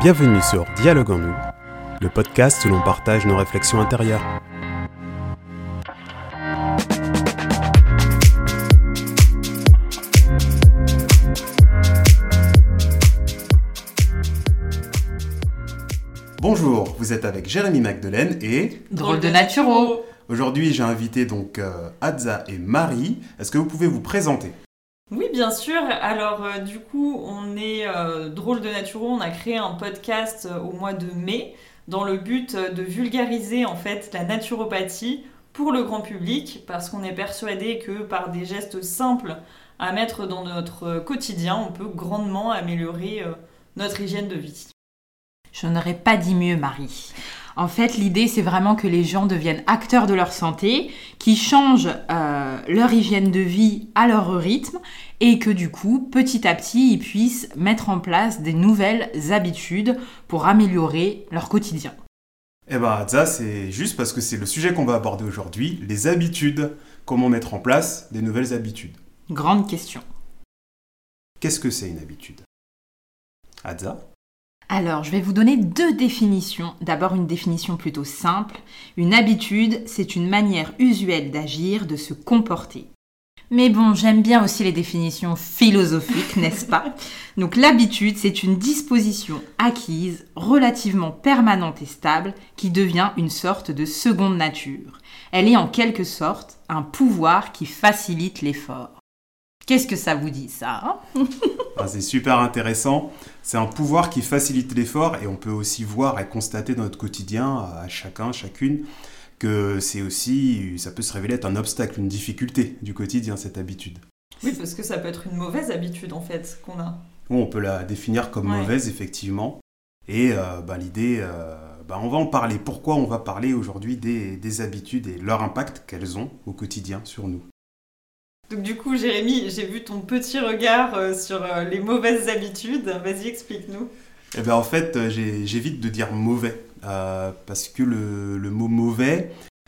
Bienvenue sur Dialogue en nous, le podcast où l'on partage nos réflexions intérieures. Bonjour, vous êtes avec Jérémy Magdelaine et... Drôle de Naturo. Aujourd'hui, j'ai invité donc Adza et Marie. Est-ce que vous pouvez vous présenter ? Oui, bien sûr. Alors, du coup, on est Drôle de Naturo. On a créé un podcast au mois de mai dans le but de vulgariser en fait la naturopathie pour le grand public parce qu'on est persuadé que par des gestes simples à mettre dans notre quotidien, on peut grandement améliorer notre hygiène de vie. Je n'aurais pas dit mieux, Marie. En fait, l'idée, c'est vraiment que les gens deviennent acteurs de leur santé, qu'ils changent leur hygiène de vie à leur rythme et que du coup, petit à petit, ils puissent mettre en place des nouvelles habitudes pour améliorer leur quotidien. Eh bien, Adza, c'est juste parce que c'est le sujet qu'on va aborder aujourd'hui, les habitudes. Comment mettre en place des nouvelles habitudes ? Grande question. Qu'est-ce que c'est une habitude ? Adza ? Alors, je vais vous donner deux définitions. D'abord, une définition plutôt simple. Une habitude, c'est une manière usuelle d'agir, de se comporter. Mais bon, j'aime bien aussi les définitions philosophiques, n'est-ce pas ? Donc, l'habitude, c'est une disposition acquise, relativement permanente et stable, qui devient une sorte de seconde nature. Elle est en quelque sorte un pouvoir qui facilite l'effort. Qu'est-ce que ça vous dit, ça, hein ? C'est super intéressant. C'est un pouvoir qui facilite l'effort et on peut aussi voir et constater dans notre quotidien, à chacun, chacune, que c'est aussi, ça peut se révéler être un obstacle, une difficulté du quotidien, cette habitude. Oui, parce que ça peut être une mauvaise habitude, en fait, qu'on a. On peut la définir comme mauvaise, effectivement. Et l'idée, on va en parler. Pourquoi on va parler aujourd'hui des habitudes et leur impact qu'elles ont au quotidien sur nous. Donc du coup, Jérémy, j'ai vu ton petit regard sur les mauvaises habitudes. Vas-y, explique-nous. En fait, j'évite de dire mauvais, parce que le mot mauvais,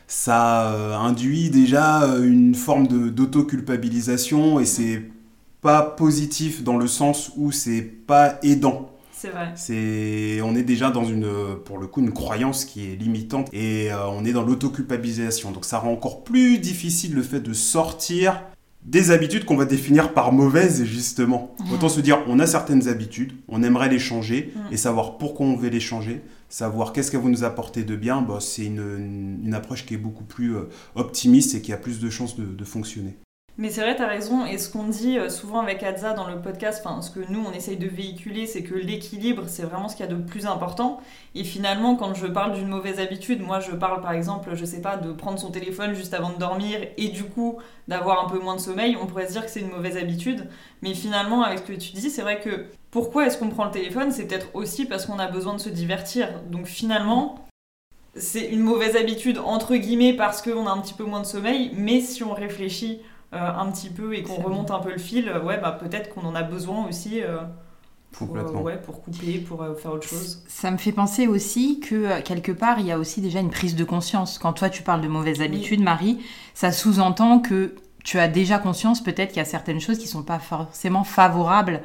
ça induit déjà une forme d'autoculpabilisation et c'est pas positif dans le sens où c'est pas aidant. C'est vrai. On est déjà dans pour le coup, une croyance qui est limitante et on est dans l'autoculpabilisation. Donc ça rend encore plus difficile le fait de sortir des habitudes qu'on va définir par mauvaises, justement. Autant se dire, on a certaines habitudes, on aimerait les changer, et savoir pourquoi on veut les changer, savoir qu'est-ce qu'elles vont nous apporter de bien, c'est une approche qui est beaucoup plus optimiste et qui a plus de chances de fonctionner. Mais c'est vrai, t'as raison, et ce qu'on dit souvent avec Adza dans le podcast, ce que nous on essaye de véhiculer, c'est que l'équilibre, c'est vraiment ce qu'il y a de plus important. Et finalement, quand je parle d'une mauvaise habitude, moi je parle par exemple, je sais pas, de prendre son téléphone juste avant de dormir et du coup d'avoir un peu moins de sommeil, on pourrait se dire que c'est une mauvaise habitude. Mais finalement, avec ce que tu dis, c'est vrai que pourquoi est-ce qu'on prend le téléphone ? C'est peut-être aussi parce qu'on a besoin de se divertir. Donc finalement, c'est une mauvaise habitude entre guillemets parce qu'on a un petit peu moins de sommeil, mais si on réfléchit un petit peu et qu'on remonte un peu le fil, peut-être qu'on en a besoin aussi pour couper, pour faire autre chose. Ça me fait penser aussi que quelque part, il y a aussi déjà une prise de conscience. Quand toi, tu parles de mauvaises habitudes, Marie, ça sous-entend que tu as déjà conscience peut-être qu'il y a certaines choses qui ne sont pas forcément favorables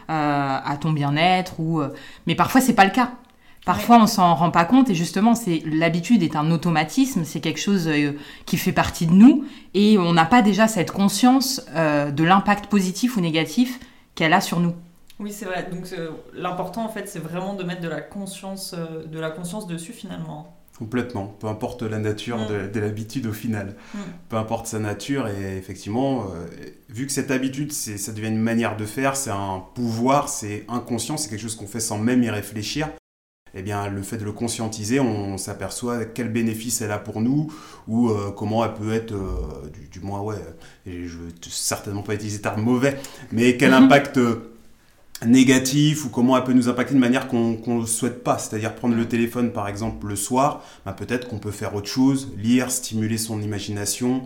à ton bien-être. Mais parfois, ce n'est pas le cas. Parfois, on s'en rend pas compte et justement, l'habitude est un automatisme, c'est quelque chose qui fait partie de nous et on n'a pas déjà cette conscience de l'impact positif ou négatif qu'elle a sur nous. Oui, c'est vrai. Donc, l'important, en fait, c'est vraiment de mettre de la conscience dessus, finalement. Complètement. Peu importe la nature de l'habitude au final. Peu importe sa nature et effectivement, vu que cette habitude, ça devient une manière de faire, c'est un pouvoir, c'est inconscient, c'est quelque chose qu'on fait sans même y réfléchir. Eh bien, le fait de le conscientiser, on s'aperçoit quel bénéfice elle a pour nous ou comment elle peut être, du moins, et je ne veux certainement pas utiliser le terme mauvais, mais quel impact négatif ou comment elle peut nous impacter de manière qu'on ne souhaite pas. C'est-à-dire prendre le téléphone, par exemple, le soir, peut-être qu'on peut faire autre chose, lire, stimuler son imagination,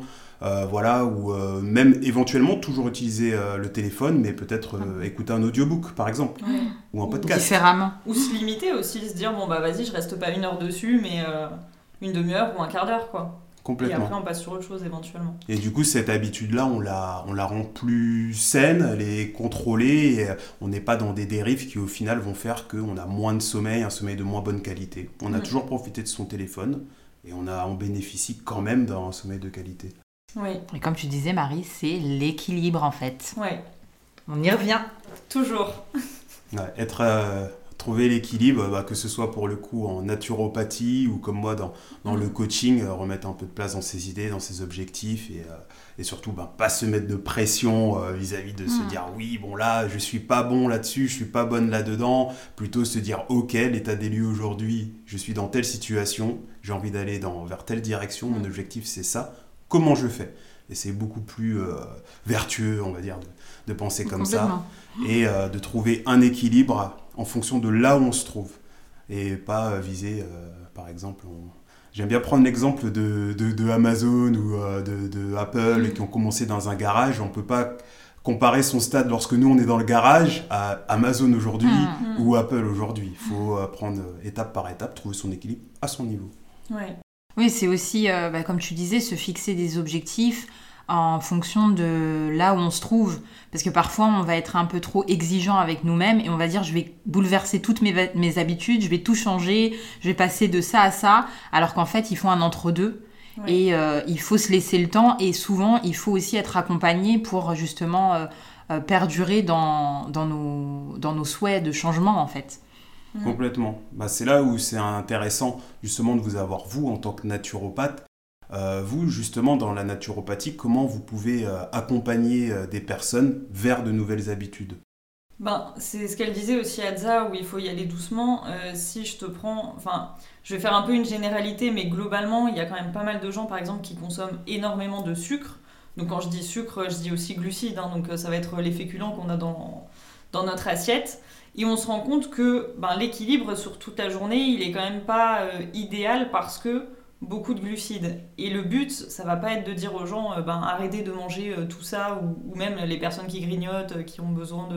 ou même éventuellement toujours utiliser le téléphone, mais peut-être écouter un audiobook par exemple, ou un podcast. Différemment. Ou se limiter aussi, se dire vas-y, je reste pas 1 heure dessus, mais une demi-heure ou un quart d'heure, quoi. Complètement. Et après, on passe sur autre chose éventuellement. Et du coup, cette habitude-là, on la rend plus saine, elle est contrôlée, et on n'est pas dans des dérives qui, au final, vont faire qu'on a moins de sommeil, un sommeil de moins bonne qualité. On a toujours profité de son téléphone, et on bénéficie quand même d'un sommeil de qualité. Oui. Et comme tu disais, Marie, c'est l'équilibre, en fait. Ouais. On y revient. Toujours. Ouais, trouver l'équilibre, que ce soit pour le coup en naturopathie ou comme moi dans le coaching, remettre un peu de place dans ses idées, dans ses objectifs et surtout pas se mettre de pression vis-à-vis de se dire oui, bon là, je suis pas bon là-dessus, je suis pas bonne là-dedans, plutôt se dire ok, l'état des lieux aujourd'hui, je suis dans telle situation, j'ai envie d'aller vers telle direction, mon objectif c'est ça, comment je fais ? Et c'est beaucoup plus vertueux, on va dire, de penser comme ça et de trouver un équilibre en fonction de là où on se trouve et pas viser, par exemple, j'aime bien prendre l'exemple de Amazon ou de Apple qui ont commencé dans un garage. On ne peut pas comparer son stade lorsque nous on est dans le garage à Amazon aujourd'hui ou Apple aujourd'hui. Il faut prendre étape par étape, trouver son équilibre à son niveau. Ouais. Oui, c'est aussi, comme tu disais, se fixer des objectifs en fonction de là où on se trouve. Parce que parfois, on va être un peu trop exigeant avec nous-mêmes et on va dire, je vais bouleverser toutes mes habitudes, je vais tout changer, je vais passer de ça à ça, alors qu'en fait, il faut un entre-deux. Ouais. Et il faut se laisser le temps et souvent, il faut aussi être accompagné pour justement perdurer dans nos souhaits de changement, en fait. Complètement. C'est là où c'est intéressant justement de vous avoir, vous, en tant que naturopathe. Vous, justement, dans la naturopathie, comment vous pouvez accompagner des personnes vers de nouvelles habitudes ? C'est ce qu'elle disait aussi à Adza, où il faut y aller doucement. Si je te prends... je vais faire un peu une généralité, mais globalement, il y a quand même pas mal de gens, par exemple, qui consomment énormément de sucre. Donc quand je dis sucre, je dis aussi glucides. Donc ça va être les féculents qu'on a dans notre assiette. Et on se rend compte que l'équilibre sur toute la journée, il est quand même pas idéal parce que beaucoup de glucides. Et le but, ça va pas être de dire aux gens arrêtez de manger tout ça, ou même les personnes qui grignotent, qui ont besoin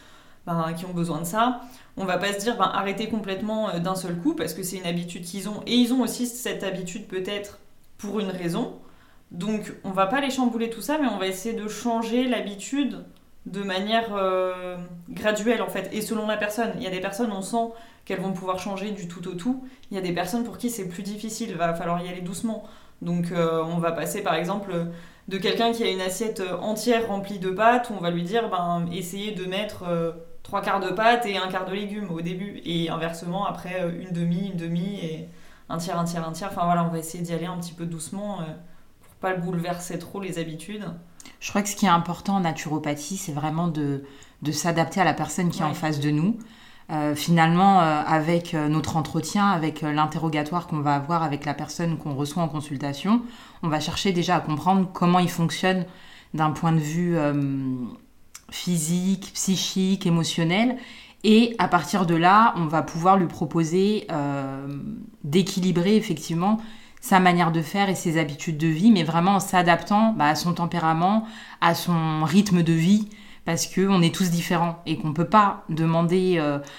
de ça. On va pas se dire arrêtez complètement d'un seul coup parce que c'est une habitude qu'ils ont. Et ils ont aussi cette habitude peut-être pour une raison. Donc on va pas les chambouler tout ça, mais on va essayer de changer l'habitude de manière graduelle en fait, et selon la personne. Il y a des personnes, on sent qu'elles vont pouvoir changer du tout au tout. Il y a des personnes pour qui c'est plus difficile, il va falloir y aller doucement. Donc on va passer par exemple de quelqu'un qui a une assiette entière remplie de pâtes, où on va lui dire essayez de mettre 3/4 de pâtes et 1/4 de légumes au début, et inversement après une demi et un tiers. Enfin voilà, on va essayer d'y aller un petit peu doucement pour pas le bouleverser trop les habitudes. Je crois que ce qui est important en naturopathie, c'est vraiment de s'adapter à la personne qui est en face de nous. Finalement, avec notre entretien, avec l'interrogatoire qu'on va avoir avec la personne qu'on reçoit en consultation, on va chercher déjà à comprendre comment il fonctionne d'un point de vue physique, psychique, émotionnel. Et à partir de là, on va pouvoir lui proposer d'équilibrer effectivement sa manière de faire et ses habitudes de vie, mais vraiment en s'adaptant à son tempérament, à son rythme de vie, parce qu'on est tous différents et qu'on ne peut pas demander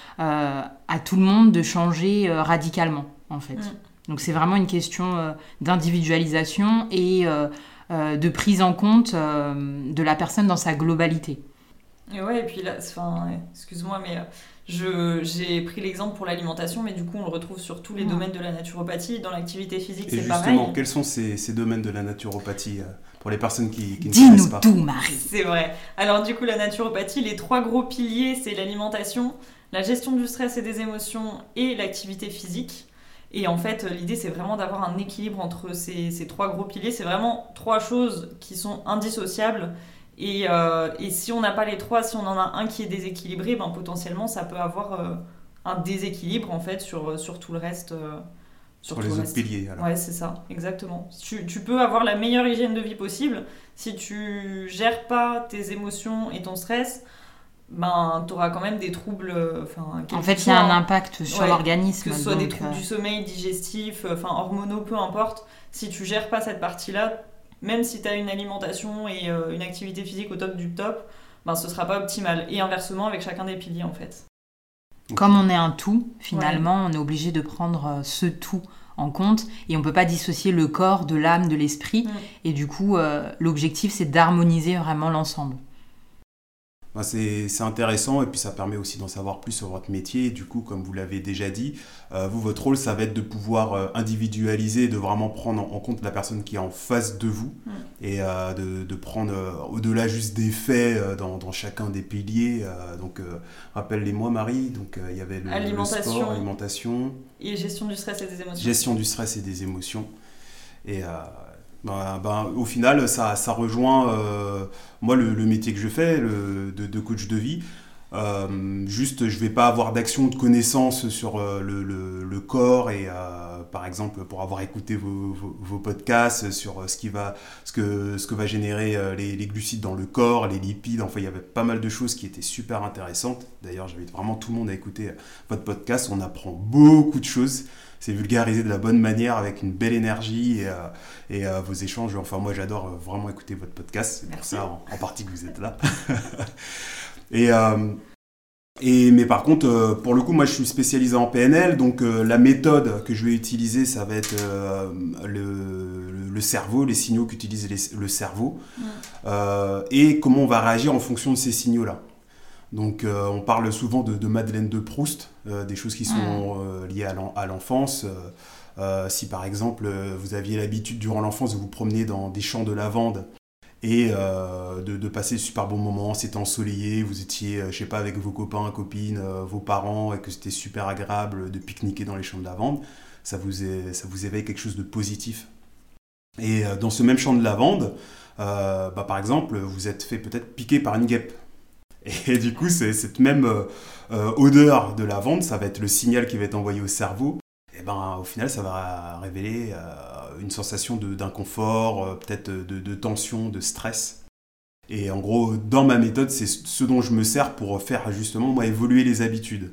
à tout le monde de changer radicalement, en fait. Donc c'est vraiment une question d'individualisation et de prise en compte de la personne dans sa globalité. Et puis là, excuse-moi, mais j'ai pris l'exemple pour l'alimentation, mais du coup on le retrouve sur tous les domaines de la naturopathie. Dans l'activité physique, c'est pareil. Et justement, quels sont ces domaines de la naturopathie pour les personnes qui ne connaissent pas ? Dis-nous tout, Marie. C'est vrai. Alors du coup, la naturopathie, les 3 gros piliers, c'est l'alimentation, la gestion du stress et des émotions et l'activité physique. Et en fait, l'idée, c'est vraiment d'avoir un équilibre entre ces 3 gros piliers. C'est vraiment 3 choses qui sont indissociables. Et si on n'a pas les 3, si on en a un qui est déséquilibré, potentiellement ça peut avoir un déséquilibre en fait sur tout le reste. Sur les autres piliers alors. Ouais, c'est ça, exactement. Tu peux avoir la meilleure hygiène de vie possible. Si tu gères pas tes émotions et ton stress, tu auras quand même des troubles. En fait, il y a un impact sur l'organisme. Que ce soit des troubles du sommeil, digestifs, hormonaux, peu importe. Si tu gères pas cette partie-là, même si tu as une alimentation et une activité physique au top du top, ce sera pas optimal. Et inversement avec chacun des piliers en fait. Comme on est un tout, finalement, on est obligé de prendre ce tout en compte et on ne peut pas dissocier le corps de l'âme, de l'esprit. Et du coup, l'objectif, c'est d'harmoniser vraiment l'ensemble. C'est intéressant et puis ça permet aussi d'en savoir plus sur votre métier. Et du coup, comme vous l'avez déjà dit, votre rôle, ça va être de pouvoir individualiser, de vraiment prendre en compte la personne qui est en face de vous et de prendre au-delà juste des faits dans chacun des piliers. Rappelle-les-moi, Marie. Donc, il y avait le sport, alimentation. Et gestion du stress et des émotions. Gestion du stress et des émotions. Et au final, ça rejoint moi le métier que je fais de coach de vie. Juste, je vais pas avoir d'action ou de connaissances sur le corps et par exemple pour avoir écouté vos podcasts sur ce que va générer les glucides dans le corps, les lipides. Enfin, il y avait pas mal de choses qui étaient super intéressantes. D'ailleurs, j'invite vraiment tout le monde à écouter votre podcast. On apprend beaucoup de choses. C'est vulgarisé de la bonne manière avec une belle énergie et vos échanges. Enfin, moi, j'adore vraiment écouter votre podcast. C'est pour ça, en partie, que vous êtes là. Mais par contre, pour le coup, moi, je suis spécialisé en PNL. Donc, la méthode que je vais utiliser, ça va être le cerveau, les signaux qu'utilise le cerveau et comment on va réagir en fonction de ces signaux-là. Donc, on parle souvent de Madeleine de Proust, des choses qui sont liées à l'enfance. Si par exemple, vous aviez l'habitude durant l'enfance de vous promener dans des champs de lavande et de passer de super bons moments, c'était ensoleillé, vous étiez, je sais pas, avec vos copains, copines, vos parents, et que c'était super agréable de pique-niquer dans les champs de lavande, ça vous éveille quelque chose de positif. Et dans ce même champ de lavande, par exemple, vous êtes fait peut-être piquer par une guêpe. Et du coup, cette même odeur de lavande, ça va être le signal qui va être envoyé au cerveau. Et au final, ça va révéler une sensation d'inconfort, peut-être de tension, de stress. Et en gros, dans ma méthode, c'est ce dont je me sers pour faire justement évoluer les habitudes.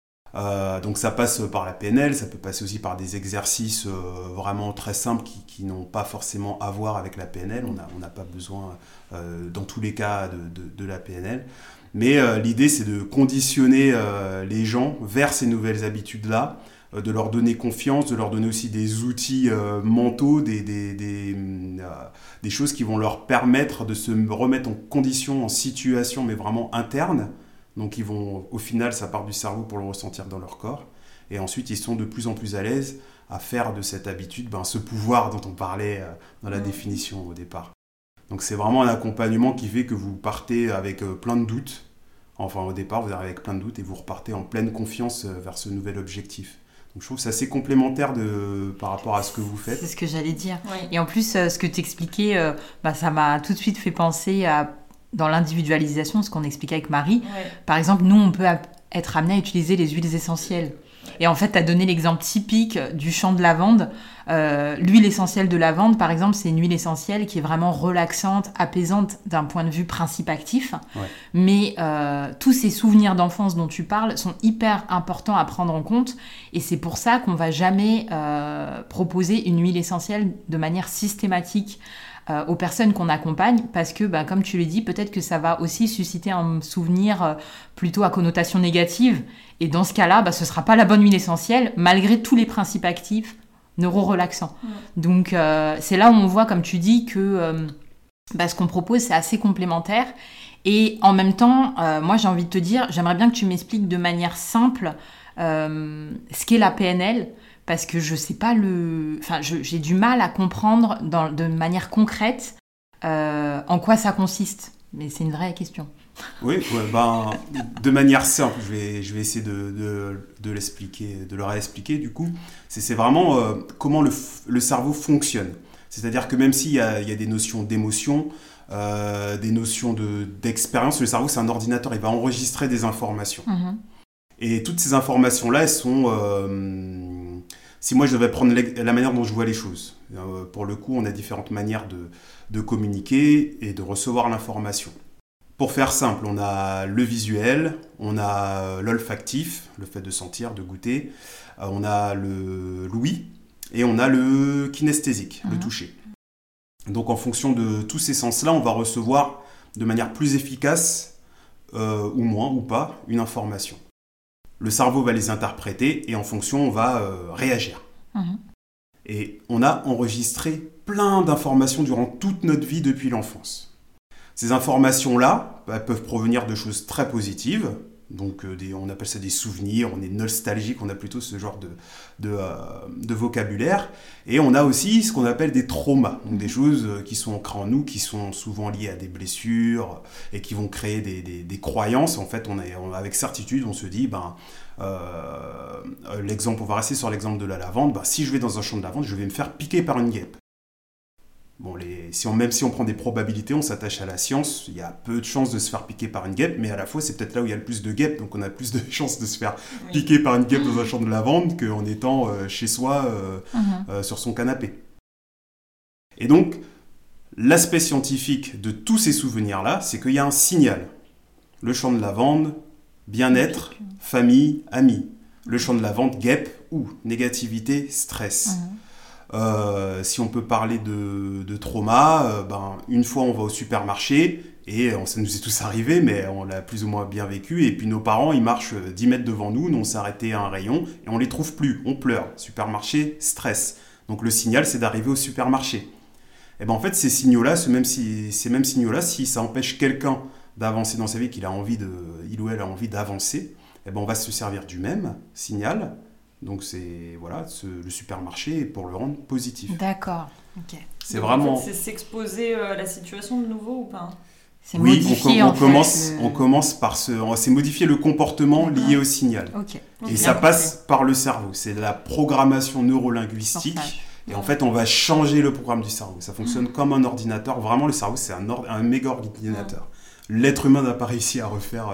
Donc ça passe par la PNL, ça peut passer aussi par des exercices vraiment très simples qui n'ont pas forcément à voir avec la PNL. On n'a pas besoin, dans tous les cas, de la PNL. Mais l'idée, c'est de conditionner les gens vers ces nouvelles habitudes-là, de leur donner confiance, de leur donner aussi des outils mentaux, des choses qui vont leur permettre de se remettre en condition, en situation, mais vraiment interne. Donc, au final, ça part du cerveau pour le ressentir dans leur corps. Et ensuite, ils sont de plus en plus à l'aise à faire de cette habitude ce pouvoir dont on parlait dans la définition au départ. Donc, c'est vraiment un accompagnement qui fait que vous partez avec plein de doutes. Enfin, au départ, vous arrivez avec plein de doutes et vous repartez en pleine confiance vers ce nouvel objectif. Donc, je trouve que c'est assez complémentaire par rapport à ce que vous faites. C'est ce que j'allais dire. Oui. Et en plus, ce que tu expliquais, ça m'a tout de suite fait penser dans l'individualisation, ce qu'on expliquait avec Marie. Ouais. Par exemple, nous, on peut être amené à utiliser les huiles essentielles. Et en fait, tu as donné l'exemple typique du champ de lavande. L'huile essentielle de lavande, par exemple, c'est une huile essentielle qui est vraiment relaxante, apaisante d'un point de vue principe actif. Ouais. Mais tous ces souvenirs d'enfance dont tu parles sont hyper importants à prendre en compte. Et c'est pour ça qu'on ne va jamais proposer une huile essentielle de manière systématique aux personnes qu'on accompagne, parce que, comme tu le dis, peut-être que ça va aussi susciter un souvenir plutôt à connotation négative. Et dans ce cas-là, ce ne sera pas la bonne huile essentielle, malgré tous les principes actifs neuro-relaxants. Donc, c'est là où on voit, comme tu dis, que ce qu'on propose, c'est assez complémentaire. Et en même temps, moi, j'ai envie de te dire, j'aimerais bien que tu m'expliques de manière simple ce qu'est la PNL, parce que je sais pas j'ai du mal à comprendre de manière concrète en quoi ça consiste. Mais c'est une vraie question. Oui, de manière simple, je vais essayer de l'expliquer, de leur expliquer du coup. C'est vraiment comment le cerveau fonctionne. C'est-à-dire que même s'il y a des notions d'émotion, des notions d'expérience, le cerveau c'est un ordinateur, il va enregistrer des informations. Et toutes ces informations-là, elles sont... si moi je devais prendre la manière dont je vois les choses, pour le coup, on a différentes manières de communiquer et de recevoir l'information. Pour faire simple, on a le visuel, on a l'olfactif, le fait de sentir, de goûter, on a l'ouïe et on a le kinesthésique, le toucher. Donc en fonction de tous ces sens-là, on va recevoir de manière plus efficace, ou moins, ou pas, une information. Le cerveau va les interpréter et en fonction, on va réagir. Et on a enregistré plein d'informations durant toute notre vie depuis l'enfance. Ces informations-là peuvent provenir de choses très positives. Donc on appelle ça des souvenirs, on est nostalgique, on a plutôt ce genre de vocabulaire. Et on a aussi ce qu'on appelle des traumas, donc des choses qui sont ancrées en nous, qui sont souvent liées à des blessures et qui vont créer des croyances. En fait, avec certitude, on se dit, l'exemple, on va rester sur l'exemple de la lavande, si je vais dans un champ de lavande, je vais me faire piquer par une guêpe. Bon, même si on prend des probabilités, on s'attache à la science, il y a peu de chances de se faire piquer par une guêpe, mais à la fois c'est peut-être là où il y a le plus de guêpes, donc on a plus de chances de se faire piquer par une guêpe dans un champ de lavande qu'en étant chez soi sur son canapé. Et donc, l'aspect scientifique de tous ces souvenirs-là, c'est qu'il y a un signal. Le champ de lavande, bien-être, famille, amis. Le champ de lavande, guêpe ou négativité, stress. Si on peut parler de trauma, une fois on va au supermarché et ça nous est tous arrivé, mais on l'a plus ou moins bien vécu, et puis nos parents ils marchent 10 mètres devant nous, on s'est arrêté à un rayon et on les trouve plus, on pleure. Supermarché, stress. Donc le signal c'est d'arriver au supermarché. Et en fait ces mêmes signaux-là, si ça empêche quelqu'un d'avancer dans sa vie, il ou elle a envie d'avancer, on va se servir du même signal. Donc c'est le supermarché pour le rendre positif. D'accord. Ok. C'est vraiment. En fait, c'est s'exposer à la situation de nouveau ou pas? C'est modifier, on commence par c'est modifier le comportement lié au signal. Okay. Et ça passe par le cerveau. C'est de la programmation neurolinguistique. Et en fait, on va changer le programme du cerveau. Ça fonctionne comme un ordinateur. Vraiment, le cerveau, c'est un méga ordinateur. L'être humain n'a pas réussi à refaire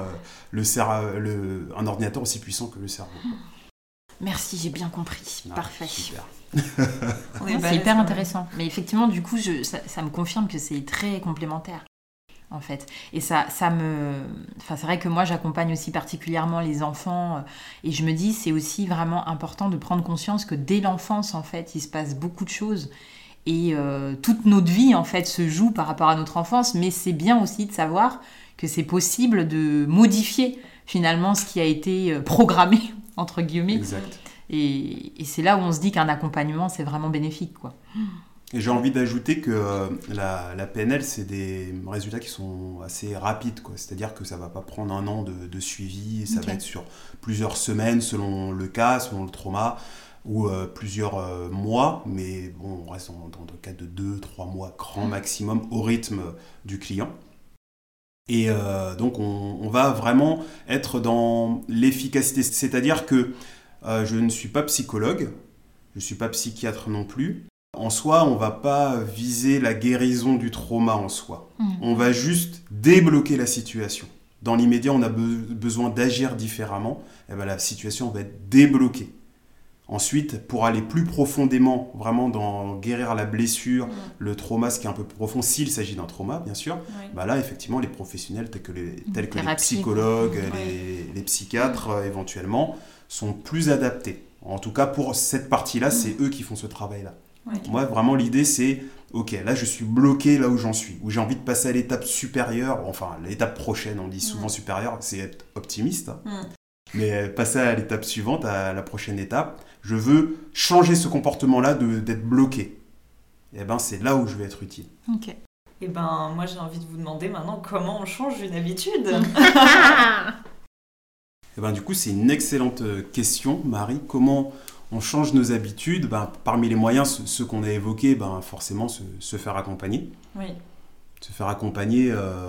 un ordinateur aussi puissant que le cerveau. Merci, j'ai bien compris. Parfait. Super. C'est hyper intéressant. Mais effectivement, du coup, ça me confirme que c'est très complémentaire, en fait. Et c'est vrai que moi, j'accompagne aussi particulièrement les enfants. Et je me dis, c'est aussi vraiment important de prendre conscience que dès l'enfance, en fait, il se passe beaucoup de choses. Et toute notre vie, en fait, se joue par rapport à notre enfance. Mais c'est bien aussi de savoir que c'est possible de modifier, finalement, ce qui a été programmé, entre guillemets. Exact. Et c'est là où on se dit qu'un accompagnement, c'est vraiment bénéfique, quoi. Et j'ai envie d'ajouter que la PNL, c'est des résultats qui sont assez rapides, quoi. C'est-à-dire que ça ne va pas prendre un an de suivi, et ça va être sur plusieurs semaines selon le cas, selon le trauma, ou plusieurs mois, mais bon, on reste dans le cas de 2-3 mois grand maximum au rythme du client. Et donc on va vraiment être dans l'efficacité, c'est-à-dire que je ne suis pas psychologue, je ne suis pas psychiatre non plus. En soi, on ne va pas viser la guérison du trauma en soi. On va juste débloquer la situation. Dans l'immédiat, on a besoin d'agir différemment. Et la situation va être débloquée. Ensuite, pour aller plus profondément, vraiment dans guérir la blessure, le trauma, ce qui est un peu plus profond, s'il s'agit d'un trauma, bien sûr, là, effectivement, les professionnels tels que les psychologues, les psychiatres, éventuellement, sont plus adaptés. En tout cas, pour cette partie-là, c'est eux qui font ce travail-là. Moi, vraiment, l'idée, c'est, ok, là, je suis bloqué là où j'en suis, où j'ai envie de passer à l'étape supérieure, enfin, l'étape prochaine, on dit souvent supérieure, c'est être optimiste, mais passer à l'étape suivante, à la prochaine étape, je veux changer ce comportement-là d'être bloqué. Et c'est là où je vais être utile. Ok. Et moi, j'ai envie de vous demander maintenant comment on change une habitude. Et du coup, c'est une excellente question, Marie. Comment on change nos habitudes? Parmi les moyens, ceux qu'on a évoqués, forcément, se faire accompagner. Oui. Se faire accompagner,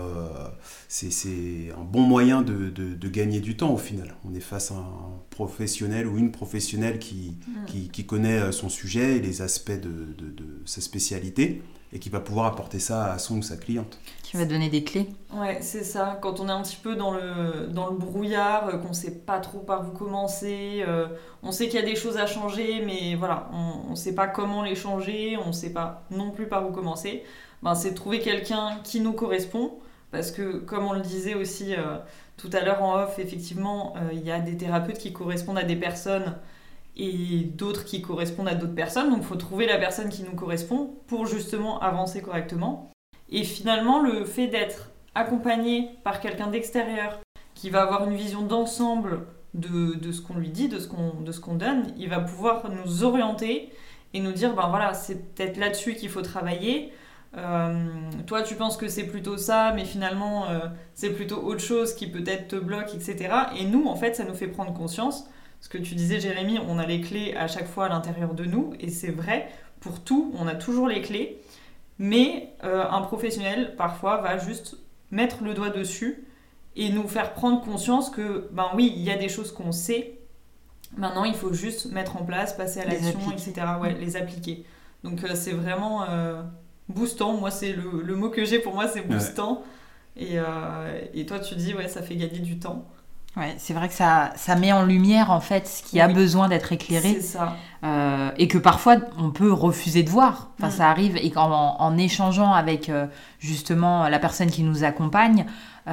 c'est un bon moyen de gagner du temps au final. On est face à un professionnel ou une professionnelle qui connaît son sujet et les aspects de sa spécialité et qui va pouvoir apporter ça à son ou sa cliente. Qui va donner des clés. Ouais, c'est ça. Quand on est un petit peu dans le brouillard, qu'on ne sait pas trop par où commencer, on sait qu'il y a des choses à changer, mais voilà, on ne sait pas comment les changer, on ne sait pas non plus par où commencer. C'est de trouver quelqu'un qui nous correspond, parce que comme on le disait aussi tout à l'heure en off, effectivement, il y a des thérapeutes qui correspondent à des personnes et d'autres qui correspondent à d'autres personnes, donc il faut trouver la personne qui nous correspond pour justement avancer correctement. Et finalement, le fait d'être accompagné par quelqu'un d'extérieur qui va avoir une vision d'ensemble de ce qu'on lui dit, de ce qu'on donne, il va pouvoir nous orienter et nous dire, ben voilà, c'est peut-être là-dessus qu'il faut travailler. Toi, tu penses que c'est plutôt ça, mais finalement, c'est plutôt autre chose qui peut-être te bloque, etc. Et nous, en fait, ça nous fait prendre conscience. Ce que tu disais, Jérémy, on a les clés à chaque fois à l'intérieur de nous, et c'est vrai, pour tout, on a toujours les clés, mais un professionnel, parfois, va juste mettre le doigt dessus et nous faire prendre conscience que, ben oui, il y a des choses qu'on sait, maintenant, il faut juste mettre en place, passer à l'action, etc. Ouais, les appliquer. Donc, c'est vraiment boostant. Moi, c'est le mot que j'ai pour moi, c'est boostant. Ouais. Et toi, tu dis, ouais, ça fait gagner du temps. Ouais, c'est vrai que ça met en lumière en fait ce qui a besoin d'être éclairé. C'est ça. Et que parfois on peut refuser de voir. Enfin, ça arrive et en échangeant avec justement la personne qui nous accompagne,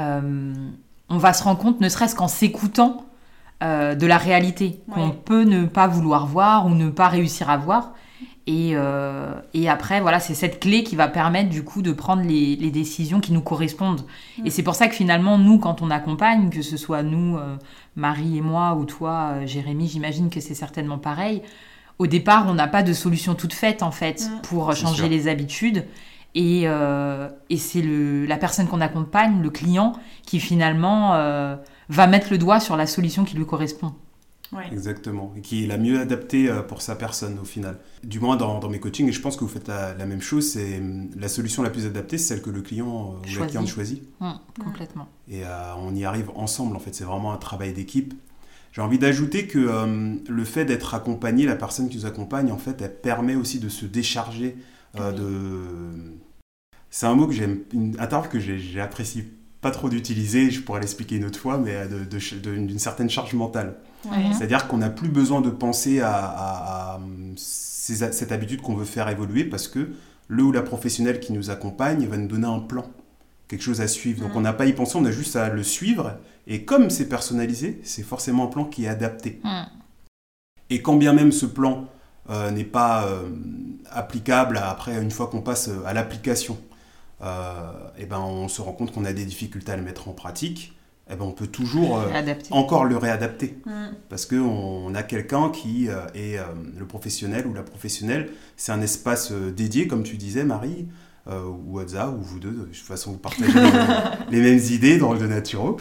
on va se rendre compte, ne serait-ce qu'en s'écoutant, de la réalité qu'on peut ne pas vouloir voir ou ne pas réussir à voir. Et après, voilà, c'est cette clé qui va permettre du coup de prendre les décisions qui nous correspondent. Et c'est pour ça que finalement, nous, quand on accompagne, que ce soit nous, Marie et moi, ou toi, Jérémy, j'imagine que c'est certainement pareil. Au départ, on n'a pas de solution toute faite, en fait, pour changer les habitudes. Et c'est la personne qu'on accompagne, le client, qui finalement va mettre le doigt sur la solution qui lui correspond. Ouais. Exactement, et qui est la mieux adaptée pour sa personne au final. Du moins dans mes coachings, et je pense que vous faites la même chose, c'est la solution la plus adaptée, c'est celle que le client ou la cliente choisit. Complètement. Et on y arrive ensemble, en fait, c'est vraiment un travail d'équipe. J'ai envie d'ajouter que le fait d'être accompagné, la personne qui nous accompagne, en fait, elle permet aussi de se décharger de... C'est un mot que j'aime, un terme que j'apprécie pas trop d'utiliser, je pourrais l'expliquer une autre fois, mais d'une certaine charge mentale. Ouais. C'est-à-dire qu'on n'a plus besoin de penser à cette habitude qu'on veut faire évoluer parce que le ou la professionnelle qui nous accompagne va nous donner un plan, quelque chose à suivre. Donc on n'a pas à y penser, on a juste à le suivre. Et comme c'est personnalisé, c'est forcément un plan qui est adapté. Et quand bien même ce plan n'est pas applicable après, une fois qu'on passe à l'application, et ben on se rend compte qu'on a des difficultés à le mettre en pratique. Eh ben on peut toujours encore le réadapter. Parce qu'on a quelqu'un qui est le professionnel ou la professionnelle. C'est un espace dédié, comme tu disais, Marie, ou Adza, ou vous deux. De toute façon, vous partagez les mêmes idées dans le De Naturo.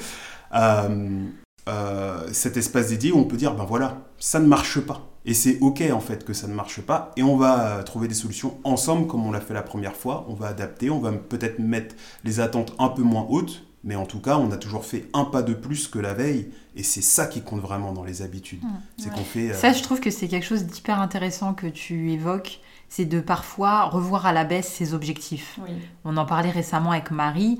Cet espace dédié où on peut dire, ben voilà, ça ne marche pas. Et c'est OK, en fait, que ça ne marche pas. Et on va trouver des solutions ensemble, comme on l'a fait la première fois. On va adapter, on va peut-être mettre les attentes un peu moins hautes. Mais en tout cas, on a toujours fait un pas de plus que la veille. Et c'est ça qui compte vraiment dans les habitudes. C'est qu'on fait... Ça, je trouve que c'est quelque chose d'hyper intéressant que tu évoques. C'est de parfois revoir à la baisse ses objectifs. Oui. On en parlait récemment avec Marie.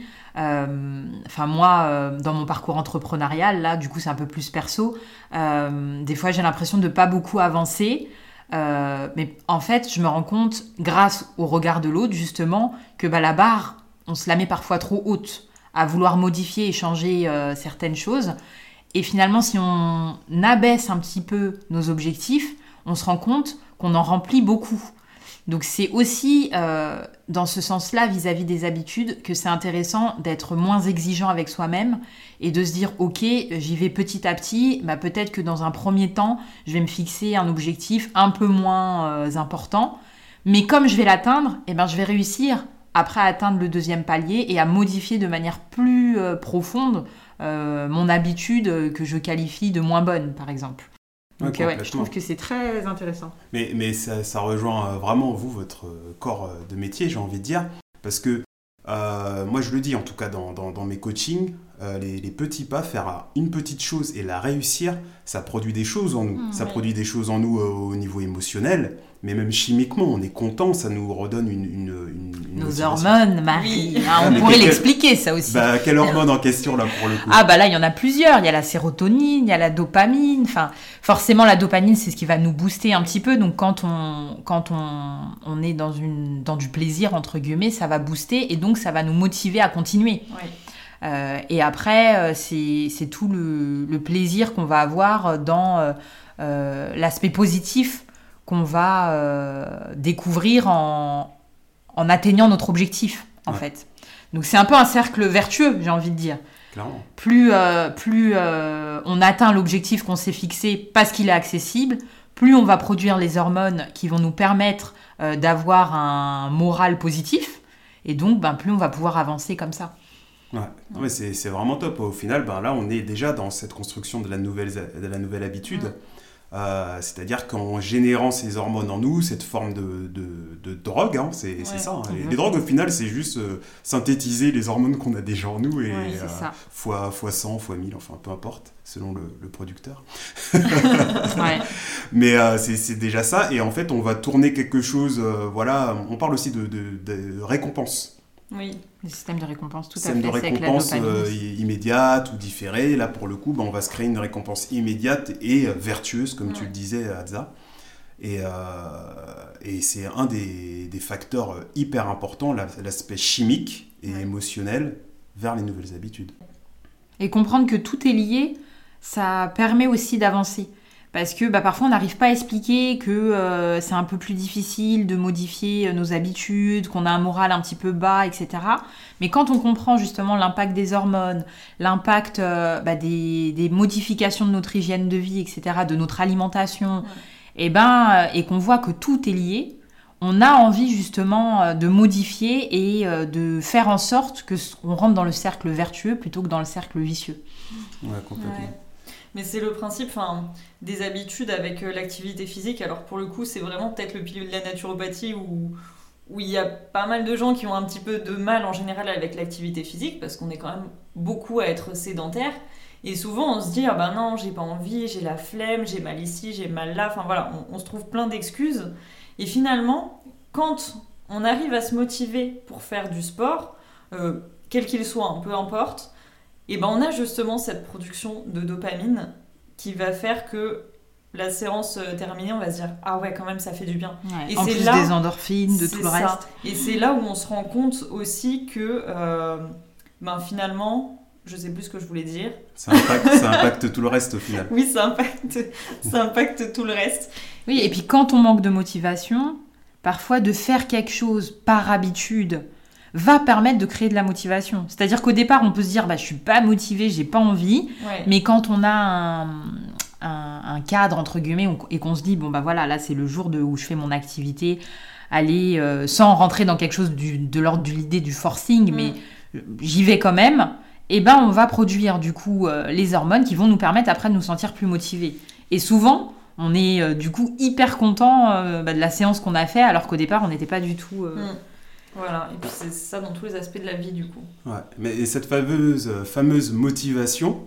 Moi, dans mon parcours entrepreneurial, là, du coup, c'est un peu plus perso. Des fois, j'ai l'impression de ne pas beaucoup avancer. Mais en fait, je me rends compte, grâce au regard de l'autre, justement, que la barre, on se la met parfois trop haute, à vouloir modifier et changer certaines choses. Et finalement, si on abaisse un petit peu nos objectifs, on se rend compte qu'on en remplit beaucoup. Donc c'est aussi dans ce sens-là, vis-à-vis des habitudes, que c'est intéressant d'être moins exigeant avec soi-même et de se dire « Ok, j'y vais petit à petit, peut-être que dans un premier temps, je vais me fixer un objectif un peu moins important. Mais comme je vais l'atteindre, je vais réussir après à atteindre le deuxième palier et à modifier de manière plus profonde mon habitude que je qualifie de moins bonne, par exemple. » Donc je trouve que c'est très intéressant. Mais ça rejoint vraiment vous, votre corps de métier, j'ai envie de dire. Parce que moi, je le dis en tout cas dans mes coachings, les petits pas, faire une petite chose et la réussir, ça produit des choses en nous. Ça produit des choses en nous au niveau émotionnel, mais même chimiquement, on est content, ça nous redonne une nos hormones, Marie. Oui. On pourrait l'expliquer, ça aussi. Quelle hormone en question, là, pour le coup ? Là, il y en a plusieurs. Il y a la sérotonine, il y a la dopamine. Enfin, forcément, la dopamine, c'est ce qui va nous booster un petit peu. Donc, quand on est dans du plaisir, entre guillemets, ça va booster et donc, ça va nous motiver à continuer. Oui. Et après, c'est tout le plaisir qu'on va avoir dans l'aspect positif qu'on va découvrir en atteignant notre objectif, en fait. Donc, c'est un peu un cercle vertueux, j'ai envie de dire. Clairement. Plus on atteint l'objectif qu'on s'est fixé parce qu'il est accessible, plus on va produire les hormones qui vont nous permettre d'avoir un moral positif. Et donc, plus on va pouvoir avancer comme ça. Ouais, non, mais c'est vraiment top. Au final, là, on est déjà dans cette construction de la nouvelle habitude. C'est-à-dire qu'en générant ces hormones en nous, cette forme de drogue, hein, c'est ça. Hein. Les drogues, au final, c'est juste synthétiser les hormones qu'on a déjà en nous et fois 100, fois 1000, enfin peu importe, selon le producteur. Mais c'est déjà ça. Et en fait, on va tourner quelque chose. On parle aussi de récompense. Oui. Le système de récompense, tout à fait. Système de récompense immédiate ou différée. Là, pour le coup, on va se créer une récompense immédiate et vertueuse, comme tu le disais, Hadza. Et c'est un des facteurs hyper importants, l'aspect chimique et émotionnel vers les nouvelles habitudes. Et comprendre que tout est lié, ça permet aussi d'avancer. Parce que parfois, on n'arrive pas à expliquer que c'est un peu plus difficile de modifier nos habitudes, qu'on a un moral un petit peu bas, etc. Mais quand on comprend justement l'impact des hormones, l'impact des modifications de notre hygiène de vie, etc., de notre alimentation, et qu'on voit que tout est lié, on a envie justement de modifier et de faire en sorte qu'on rentre dans le cercle vertueux plutôt que dans le cercle vicieux. Ouais, complètement. Ouais. Mais c'est le principe des habitudes avec l'activité physique. Alors pour le coup, c'est vraiment peut-être le pilier de la naturopathie où il y a pas mal de gens qui ont un petit peu de mal en général avec l'activité physique parce qu'on est quand même beaucoup à être sédentaire. Et souvent, on se dit « Ah ben non, j'ai pas envie, j'ai la flemme, j'ai mal ici, j'ai mal là. » Enfin voilà, on se trouve plein d'excuses. Et finalement, quand on arrive à se motiver pour faire du sport, quel qu'il soit, peu importe, et on a justement cette production de dopamine qui va faire que la séance terminée, on va se dire « Ah ouais, quand même, ça fait du bien. » Et en plus des endorphines, de tout le reste. Et c'est là où on se rend compte aussi que finalement, je sais plus ce que je voulais dire. Ça impacte tout le reste au final. Oui, ça impacte tout le reste. Oui, et puis quand on manque de motivation, parfois de faire quelque chose par habitude va permettre de créer de la motivation. C'est-à-dire qu'au départ, on peut se dire je suis pas motivé, j'ai pas envie. Ouais. Mais quand on a un cadre, entre guillemets, et qu'on se dit voilà, là c'est le jour où je fais mon activité, aller sans rentrer dans quelque chose de l'ordre de l'idée du forcing, mais j'y vais quand même, et on va produire du coup les hormones qui vont nous permettre après de nous sentir plus motivés. Et souvent, on est du coup hyper content de la séance qu'on a fait, alors qu'au départ, on n'était pas du tout... Voilà, et puis c'est ça dans tous les aspects de la vie du coup. Ouais, mais cette fameuse motivation,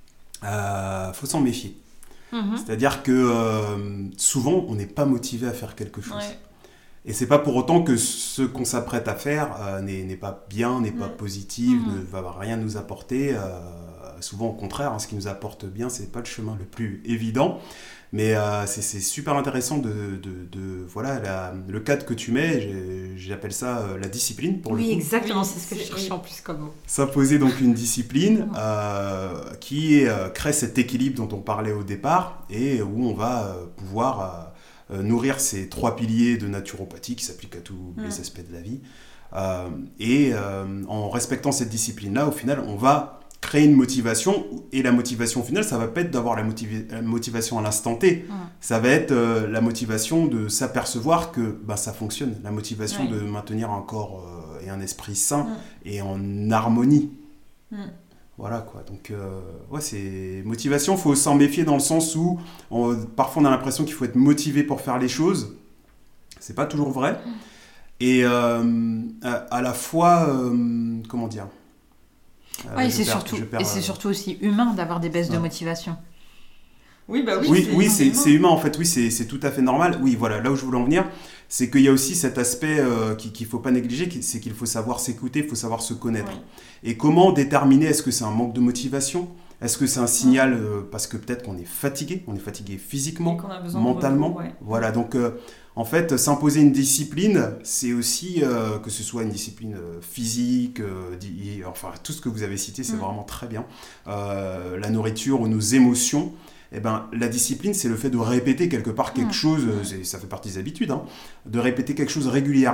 faut s'en méfier. C'est-à-dire que souvent, on n'est pas motivé à faire quelque chose. Ouais. Et c'est pas pour autant que ce qu'on s'apprête à faire n'est pas bien, n'est pas positif, ne va rien nous apporter. Souvent au contraire, ce qui nous apporte bien, c'est pas le chemin le plus évident. Mais c'est super intéressant le cadre que tu mets, j'appelle ça la discipline pour le coup. Oui, exactement, c'est ce que je cherchais en plus comme mot. S'imposer donc une discipline qui crée cet équilibre dont on parlait au départ et où on va pouvoir nourrir ces 3 piliers de naturopathie qui s'appliquent à tous les aspects de la vie. En respectant cette discipline-là, au final, on va créer une motivation, et la motivation finale, ça va pas être d'avoir la motivation à l'instant T, ça va être la motivation de s'apercevoir que ça fonctionne, la motivation de maintenir un corps et un esprit sain et en harmonie. Voilà quoi, donc c'est motivation, il faut s'en méfier dans le sens où parfois on a l'impression qu'il faut être motivé pour faire les choses, c'est pas toujours vrai, et à la fois, comment dire, c'est surtout aussi humain d'avoir des baisses de motivation. Oui, c'est humain en fait, c'est tout à fait normal. Oui, voilà, là où je voulais en venir, c'est qu'il y a aussi cet aspect qu'il ne faut pas négliger, c'est qu'il faut savoir s'écouter, il faut savoir se connaître. Et comment déterminer, est-ce que c'est un manque de motivation ? Est-ce que c'est un signal parce que peut-être qu'on est fatigué physiquement, mentalement ? Voilà, donc en fait, s'imposer une discipline, c'est aussi que ce soit une discipline physique, enfin tout ce que vous avez cité, c'est vraiment très bien. La nourriture ou nos émotions, la discipline, c'est le fait de répéter quelque part quelque chose, ça fait partie des habitudes, de répéter quelque chose régulièrement.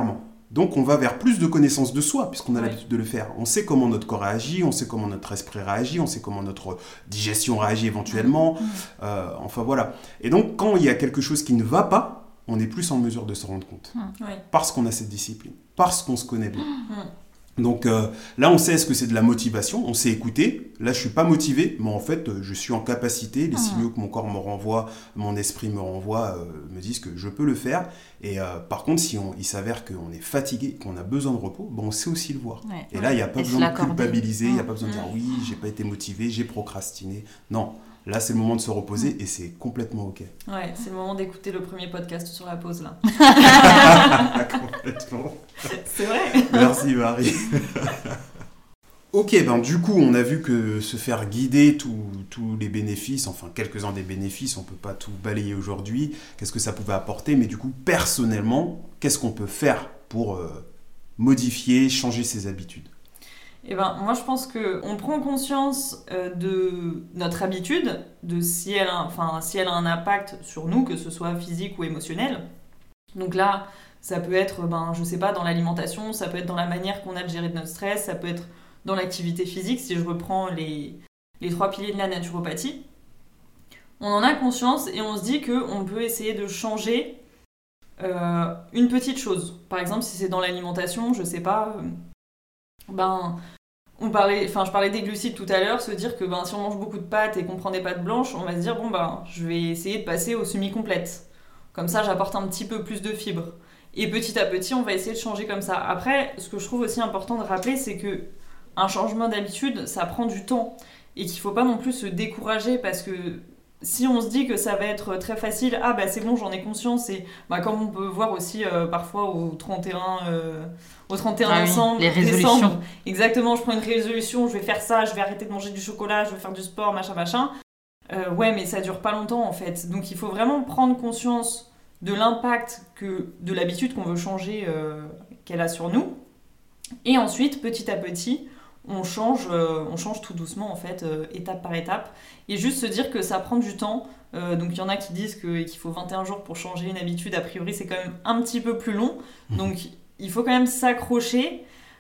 Donc on va vers plus de connaissance de soi, puisqu'on a l'habitude de le faire. On sait comment notre corps réagit, on sait comment notre esprit réagit, on sait comment notre digestion réagit éventuellement. Enfin voilà. Et donc quand il y a quelque chose qui ne va pas, on est plus en mesure de se rendre compte. Parce qu'on a cette discipline, parce qu'on se connaît bien. Donc là, on sait ce que c'est de la motivation, on sait écouter. Là, je ne suis pas motivé, mais en fait, je suis en capacité. Les signaux que mon corps me renvoie, mon esprit me renvoie, me disent que je peux le faire. Et par contre, si il s'avère qu'on est fatigué, qu'on a besoin de repos, on sait aussi le voir. Et là, il n'y a pas besoin de culpabiliser, il n'y a pas besoin de dire « oui, je n'ai pas été motivé, j'ai procrastiné ». Non. Là, c'est le moment de se reposer et c'est complètement OK. Ouais, c'est le moment d'écouter le premier podcast sur la pause, là. Complètement. C'est vrai. Merci, Marie. Ok, du coup, on a vu que se faire guider tous les bénéfices, enfin, quelques-uns des bénéfices, on ne peut pas tout balayer aujourd'hui, qu'est-ce que ça pouvait apporter, mais du coup, personnellement, qu'est-ce qu'on peut faire pour modifier, changer ses habitudes ? Moi, je pense qu'on prend conscience de notre habitude, de si elle a un impact sur nous, que ce soit physique ou émotionnel. Donc là, ça peut être, je sais pas, dans l'alimentation, ça peut être dans la manière qu'on a de gérer notre stress, ça peut être dans l'activité physique, si je reprends les 3 piliers de la naturopathie. On en a conscience et on se dit qu'on peut essayer de changer une petite chose. Par exemple, si c'est dans l'alimentation, je sais pas... je parlais des glucides tout à l'heure, se dire que si on mange beaucoup de pâtes et qu'on prend des pâtes blanches, on va se dire je vais essayer de passer aux semi-complètes. Comme ça, j'apporte un petit peu plus de fibres. Et petit à petit, on va essayer de changer comme ça. Après, ce que je trouve aussi important de rappeler, c'est que un changement d'habitude, ça prend du temps. Et qu'il ne faut pas non plus se décourager parce que si on se dit que ça va être très facile, c'est bon, j'en ai conscience, et comme on peut voir aussi parfois au 31 décembre, les résolutions. Exactement, je prends une résolution, je vais faire ça, je vais arrêter de manger du chocolat, je vais faire du sport, machin. Mais ça dure pas longtemps en fait. Donc il faut vraiment prendre conscience de l'impact de l'habitude qu'on veut changer, qu'elle a sur nous. Et ensuite, petit à petit, on change tout doucement en fait, étape par étape, et juste se dire que ça prend du temps. Donc il y en a qui disent qu'il faut 21 jours pour changer une habitude, a priori c'est quand même un petit peu plus long, donc il faut quand même s'accrocher.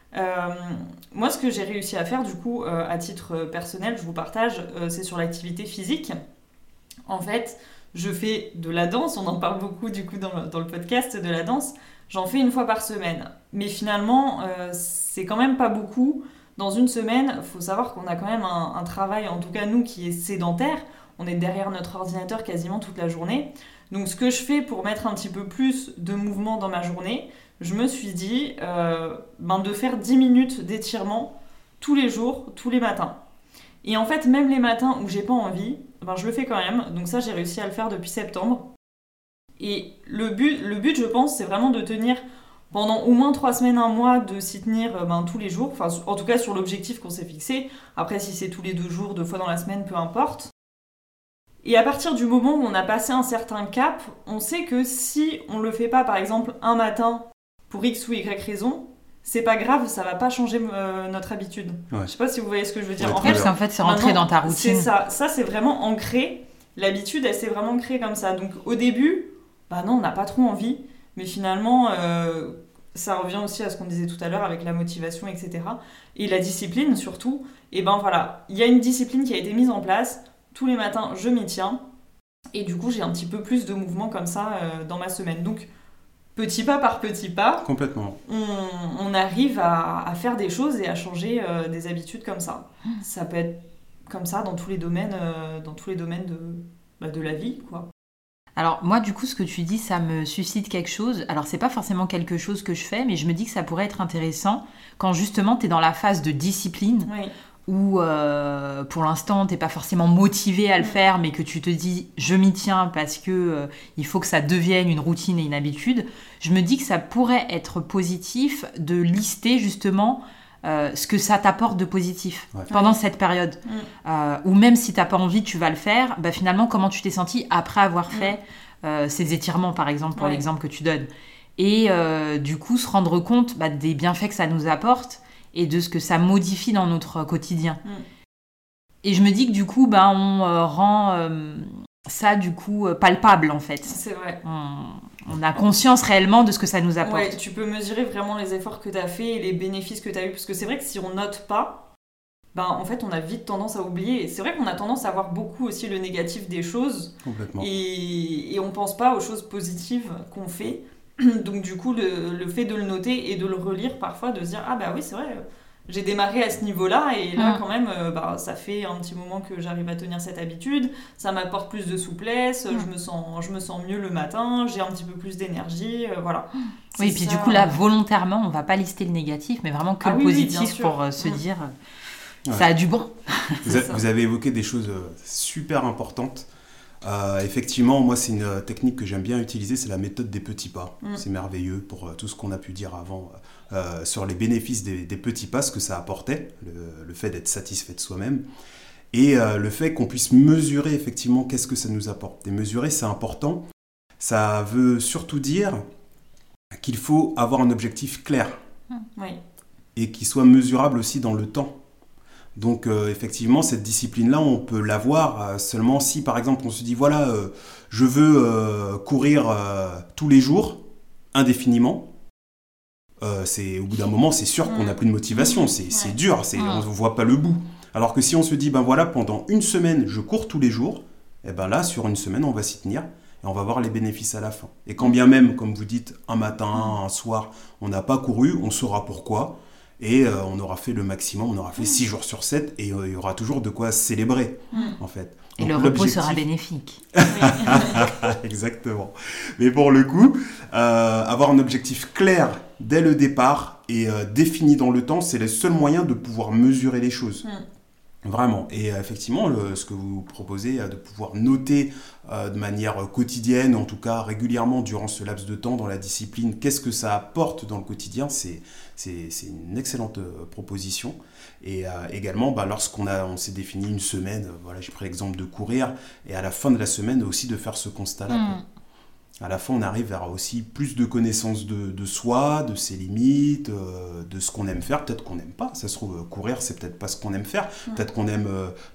Moi ce que j'ai réussi à faire du coup à titre personnel, je vous partage, c'est sur l'activité physique. En fait, je fais de la danse, on en parle beaucoup du coup dans le podcast de la danse, j'en fais 1 fois par semaine, mais finalement c'est quand même pas beaucoup. Dans une semaine, il faut savoir qu'on a quand même un travail, en tout cas nous, qui est sédentaire. On est derrière notre ordinateur quasiment toute la journée. Donc ce que je fais pour mettre un petit peu plus de mouvement dans ma journée, je me suis dit de faire 10 minutes d'étirement tous les jours, tous les matins. Et en fait, même les matins où j'ai pas envie, je le fais quand même. Donc ça, j'ai réussi à le faire depuis septembre. Et le but, je pense, c'est vraiment de tenir... pendant au moins 3 semaines, 1 mois, de s'y tenir tous les jours, en tout cas sur l'objectif qu'on s'est fixé. Après, si c'est tous les 2 jours, 2 fois dans la semaine, peu importe. Et à partir du moment où on a passé un certain cap, on sait que si on le fait pas, par exemple, un matin, pour X ou Y raison, c'est pas grave, ça va pas changer notre habitude. Ouais. Je sais pas si vous voyez ce que je veux dire. Ouais, en fait, c'est rentré dans ta routine. C'est ça. Ça, c'est vraiment ancré. L'habitude, elle s'est vraiment créée comme ça. Donc, au début, non, on n'a pas trop envie. Mais finalement, ça revient aussi à ce qu'on disait tout à l'heure avec la motivation, etc. Et la discipline, surtout. Et voilà, il y a une discipline qui a été mise en place. Tous les matins, je m'y tiens. Et du coup, j'ai un petit peu plus de mouvement comme ça dans ma semaine. Donc, petit pas par petit pas, complètement, on arrive à faire des choses et à changer des habitudes comme ça. Ça peut être comme ça dans tous les domaines, de la vie, quoi. Alors moi du coup ce que tu dis ça me suscite quelque chose, alors c'est pas forcément quelque chose que je fais mais je me dis que ça pourrait être intéressant quand justement t'es dans la phase de discipline où pour l'instant t'es pas forcément motivé à le faire mais que tu te dis je m'y tiens parce que il faut que ça devienne une routine et une habitude, je me dis que ça pourrait être positif de lister justement ce que ça t'apporte de positif pendant cette période. Ou même si t'as pas envie, tu vas le faire, finalement, comment tu t'es senti après avoir fait ces étirements, par exemple, pour l'exemple que tu donnes. Et du coup, se rendre compte des bienfaits que ça nous apporte et de ce que ça modifie dans notre quotidien. Et je me dis que du coup, on rend ça, du coup, palpable, en fait. C'est vrai. On a conscience réellement de ce que ça nous apporte. Ouais, tu peux mesurer vraiment les efforts que tu as fait et les bénéfices que tu as eu. Parce que c'est vrai que si on note pas, en fait, on a vite tendance à oublier. Et c'est vrai qu'on a tendance à voir beaucoup aussi le négatif des choses. Complètement. Et on pense pas aux choses positives qu'on fait. Donc du coup, le fait de le noter et de le relire parfois, de se dire « Ah bah oui, c'est vrai, j'ai démarré à ce niveau-là et là quand même, ça fait un petit moment que j'arrive à tenir cette habitude, ça m'apporte plus de souplesse, je me sens mieux le matin, j'ai un petit peu plus d'énergie, voilà. Oui, et puis du coup là, volontairement, on va pas lister le négatif, mais vraiment que le positif pour se dire ça a du bon. Vous avez évoqué des choses super importantes. Effectivement, moi, c'est une technique que j'aime bien utiliser, c'est la méthode des petits pas. C'est merveilleux pour tout ce qu'on a pu dire avant sur les bénéfices des petits pas, ce que ça apportait, le fait d'être satisfait de soi-même, et le fait qu'on puisse mesurer effectivement qu'est-ce que ça nous apporte. Et mesurer, c'est important. Ça veut surtout dire qu'il faut avoir un objectif clair et qui soit mesurable aussi dans le temps. Donc effectivement, cette discipline-là, on peut l'avoir seulement si, par exemple, on se dit, voilà, je veux courir tous les jours, indéfiniment. Au bout d'un moment, c'est sûr qu'on n'a plus de motivation, c'est dur, on ne voit pas le bout. Alors que si on se dit, voilà, pendant une semaine, je cours tous les jours, et là, sur une semaine, on va s'y tenir et on va voir les bénéfices à la fin. Et quand bien même, comme vous dites, un matin, un soir, on n'a pas couru, on saura pourquoi. Et on aura fait le maximum, on aura fait 6 jours sur 7 et il y aura toujours de quoi célébrer en fait. Et donc, le repos sera bénéfique. Exactement. Mais pour le coup, avoir un objectif clair dès le départ et défini dans le temps, c'est le seul moyen de pouvoir mesurer les choses. Vraiment. Et effectivement, ce que vous proposez, de pouvoir noter de manière quotidienne, en tout cas régulièrement durant ce laps de temps dans la discipline, qu'est-ce que ça apporte dans le quotidien, c'est une excellente proposition. Et également, lorsqu'on s'est défini une semaine, j'ai pris l'exemple de courir, et à la fin de la semaine aussi de faire ce constat-là. À la fin, on arrive vers aussi plus de connaissance de soi, de ses limites, de ce qu'on aime faire. Peut-être qu'on n'aime pas. Ça se trouve, courir, c'est peut-être pas ce qu'on aime faire. Peut-être qu'on aime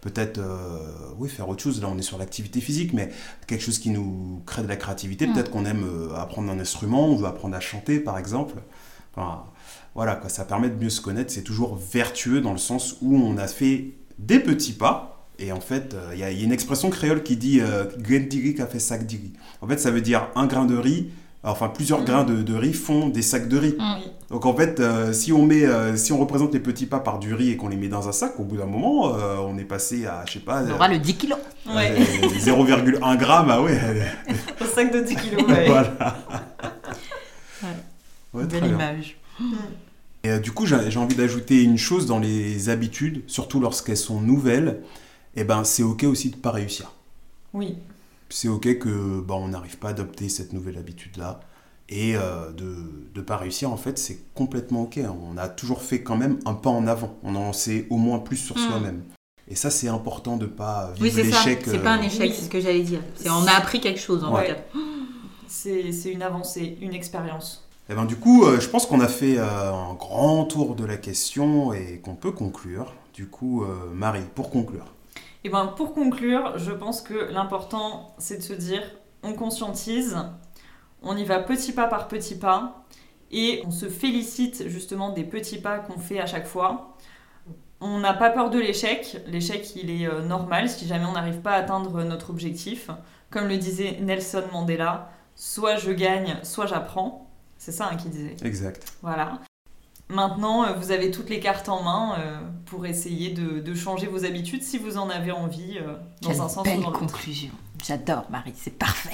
faire autre chose. Là, on est sur l'activité physique, mais quelque chose qui nous crée de la créativité. Peut-être qu'on aime apprendre un instrument, on veut apprendre à chanter, par exemple. Enfin, voilà, quoi, ça permet de mieux se connaître. C'est toujours vertueux dans le sens où on a fait des petits pas. Et en fait, il y a une expression créole qui dit « grain de riz qui a fait sac de riz ». En fait, ça veut dire un grain de riz, enfin plusieurs grains de riz font des sacs de riz. Donc en fait, si on représente les petits pas par du riz et qu'on les met dans un sac, au bout d'un moment, on est passé à, je sais pas... On aura le 10 kilos. 0,1 gramme, Un sac de 10 kilos, Voilà. Belle image. Et du coup, j'ai envie d'ajouter une chose dans les habitudes, surtout lorsqu'elles sont nouvelles. C'est ok aussi de ne pas réussir. Oui. C'est ok que on n'arrive pas à adopter cette nouvelle habitude-là. Et de ne pas réussir, en fait, c'est complètement ok. On a toujours fait quand même un pas en avant. On en sait au moins plus sur soi-même. Et ça, c'est important de ne pas vivre l'échec. C'est pas un échec, c'est ce que j'allais dire. On a appris quelque chose, en fait. C'est une avancée, une expérience. Et du coup, je pense qu'on a fait un grand tour de la question et qu'on peut conclure. Du coup, Marie, pour conclure. Pour conclure, je pense que l'important, c'est de se dire, on conscientise, on y va petit pas par petit pas, et on se félicite justement des petits pas qu'on fait à chaque fois. On n'a pas peur de l'échec. L'échec, il est normal si jamais on n'arrive pas à atteindre notre objectif. Comme le disait Nelson Mandela, soit je gagne, soit j'apprends. C'est ça qu'il disait. Exact. Voilà. Maintenant, vous avez toutes les cartes en main pour essayer de changer vos habitudes si vous en avez envie, dans un sens ou dans l'autre. Quelle belle conclusion. J'adore, Marie, c'est parfait.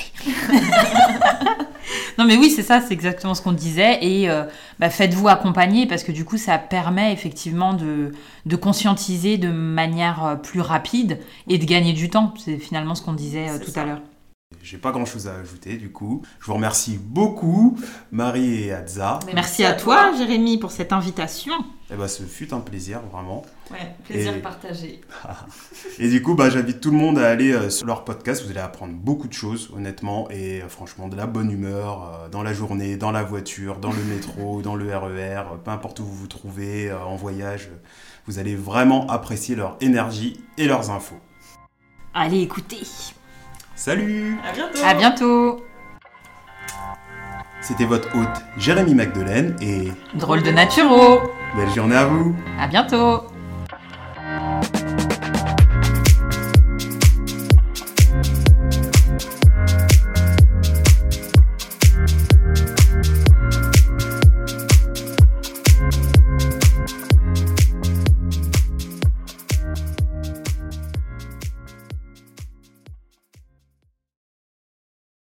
Non, mais oui, c'est ça, c'est exactement ce qu'on disait. Et faites-vous accompagner parce que du coup, ça permet effectivement de conscientiser de manière plus rapide et de gagner du temps. C'est finalement ce qu'on disait tout à l'heure. J'ai pas grand-chose à ajouter, du coup. Je vous remercie beaucoup, Marie et Adza. Merci à toi, Jérémy, pour cette invitation. Ce fut un plaisir, vraiment. Ouais, plaisir partagé. Et du coup, j'invite tout le monde à aller sur leur podcast. Vous allez apprendre beaucoup de choses, honnêtement. Et franchement, de la bonne humeur dans la journée, dans la voiture, dans le métro, dans le RER, peu importe où vous vous trouvez, en voyage. Vous allez vraiment apprécier leur énergie et leurs infos. Allez, écoutez. Salut! À bientôt! À bientôt! C'était votre hôte Jérémy Magdelaine et... Drôle de naturo. Belle journée à vous. À bientôt.